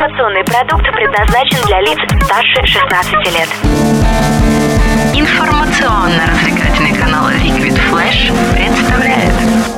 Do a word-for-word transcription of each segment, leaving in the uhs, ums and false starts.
Информационный продукт предназначен для лиц старше шестнадцати лет. Информационно-развлекательный канал Liquid Flash представляет.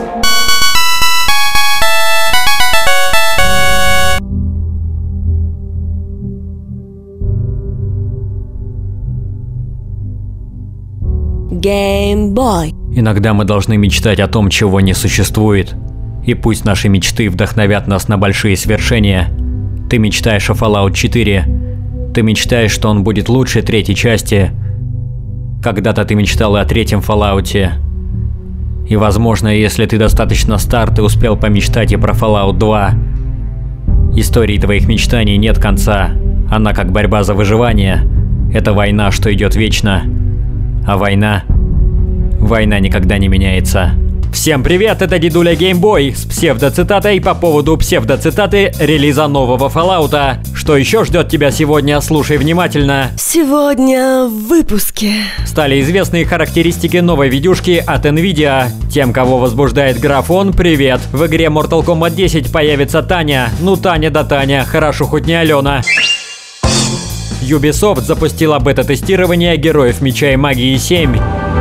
Game Boy. Иногда мы должны мечтать о том, чего не существует. И пусть наши мечты вдохновят нас на большие свершения. Ты мечтаешь о Fallout четыре. Ты мечтаешь, что он будет лучше третьей части. Когда-то ты мечтал и о третьем Fallout. И возможно, если ты достаточно стар, ты успел помечтать и про Fallout два. Истории твоих мечтаний нет конца. Она как борьба за выживание. Это война, что идет вечно. А война... Война никогда не меняется. Всем привет, это Дедуля Геймбой с псевдоцитатой по поводу псевдоцитаты релиза нового Fallout. Что еще ждет тебя сегодня? Слушай внимательно. Сегодня в выпуске. Стали известны характеристики новой видюшки от Nvidia. Тем, кого возбуждает графон, привет. В игре Mortal Kombat десять появится Таня. Ну Таня да Таня, хорошо хоть не Алена. Ubisoft запустила бета-тестирование Героев Меча и Магии семь.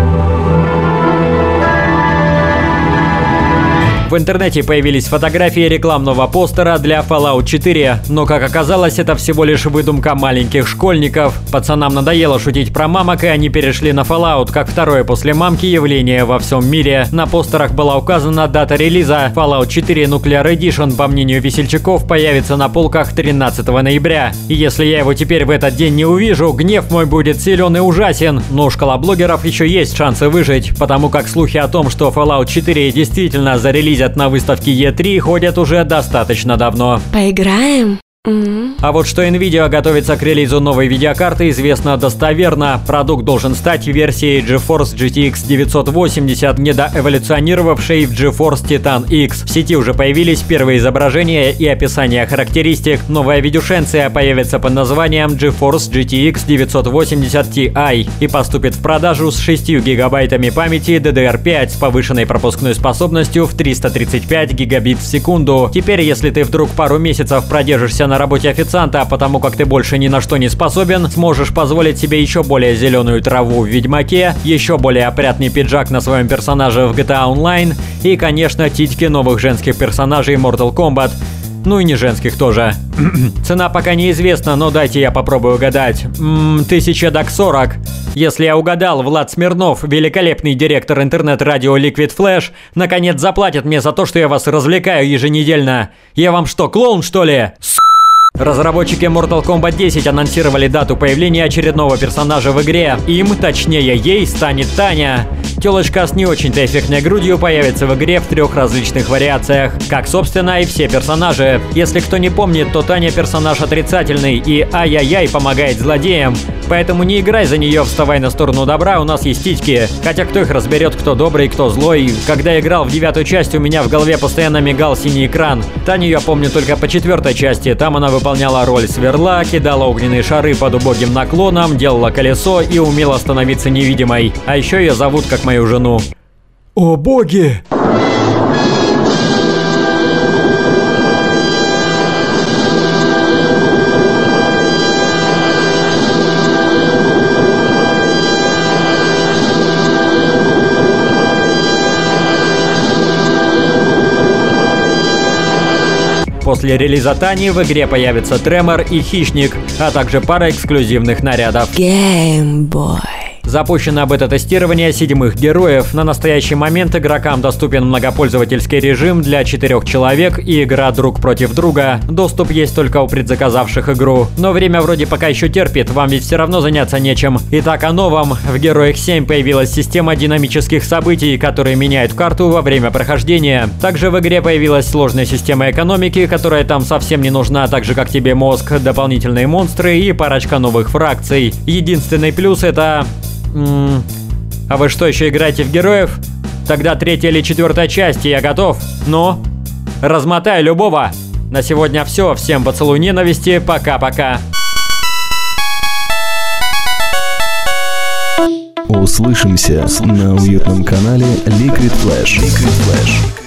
В интернете появились фотографии рекламного постера для Fallout четыре, но, как оказалось, это всего лишь выдумка маленьких школьников. Пацанам надоело шутить про мамок, и они перешли на Fallout, как второе после мамки явление во всем мире. На постерах была указана дата релиза. Fallout четыре Nuclear Edition, по мнению весельчаков, появится на полках тринадцатого ноября. И если я его теперь в этот день не увижу, гнев мой будет силен и ужасен. Но у школоблогеров еще есть шансы выжить, потому как слухи о том, что Fallout четыре действительно зарелизят на выставке и три, ходят уже достаточно давно. Поиграем? Mm-hmm. А вот что Nvidia готовится к релизу новой видеокарты, известно достоверно. Продукт должен стать версией GeForce джи ти экс девятьсот восемьдесят, недоэволюционировавшей в GeForce Titan X. В сети уже появились первые изображения и описания характеристик. Новая видюшенция появится под названием GeForce джи ти экс девятьсот восемьдесят ти ай и поступит в продажу с шестью гигабайтами памяти ди ди ар пять с повышенной пропускной способностью в триста тридцать пять гигабит в секунду. Теперь, если ты вдруг пару месяцев продержишься на на работе официанта, потому как ты больше ни на что не способен, сможешь позволить себе еще более зеленую траву в Ведьмаке, еще более опрятный пиджак на своем персонаже в джи ти эй Online и, конечно, титьки новых женских персонажей Mortal Kombat. Ну и не женских тоже. Цена пока неизвестна, но дайте я попробую угадать. Ммм, тысяча дак сорок. Если я угадал, Влад Смирнов, великолепный директор интернет-радио Liquid Flash, наконец заплатит мне за то, что я вас развлекаю еженедельно. Я вам что, клоун, что ли? Разработчики Mortal Kombat десять анонсировали дату появления очередного персонажа в игре. Им, точнее ей, станет Таня. Телочка с не очень-то эффектной грудью появится в игре в трех различных вариациях, как, собственно, и все персонажи. Если кто не помнит, то Таня персонаж отрицательный и ай-яй-яй помогает злодеям. Поэтому не играй за нее, вставай на сторону добра, у нас есть титьки. Хотя кто их разберет, кто добрый, кто злой. Когда играл в девятую часть, у меня в голове постоянно мигал синий экран. Таню я помню только по четвертой части, там она выполняла роль сверла, кидала огненные шары под убогим наклоном, делала колесо и умела становиться невидимой. А еще ее зовут как мою жену. О боги! После релиза Тани в игре появится Тремор и Хищник, а также пара эксклюзивных нарядов. Game Boy. Запущено бета-тестирование седьмых героев. На настоящий момент игрокам доступен многопользовательский режим для четырех человек и игра друг против друга. Доступ есть только у предзаказавших игру. Но время вроде пока еще терпит, вам ведь все равно заняться нечем. Итак, о новом. В Героях семь появилась система динамических событий, которые меняют карту во время прохождения. Также в игре появилась сложная система экономики, которая там совсем не нужна, так же как тебе мозг, дополнительные монстры и парочка новых фракций. Единственный плюс это... М-м, а вы что, еще играете в героев? Тогда третья или четвертая часть, и я готов. Ну, размотай любого. На сегодня все. Всем поцелуй ненависти. Пока-пока. Услышимся на уютном канале Liquid Flash. Liquid Flash.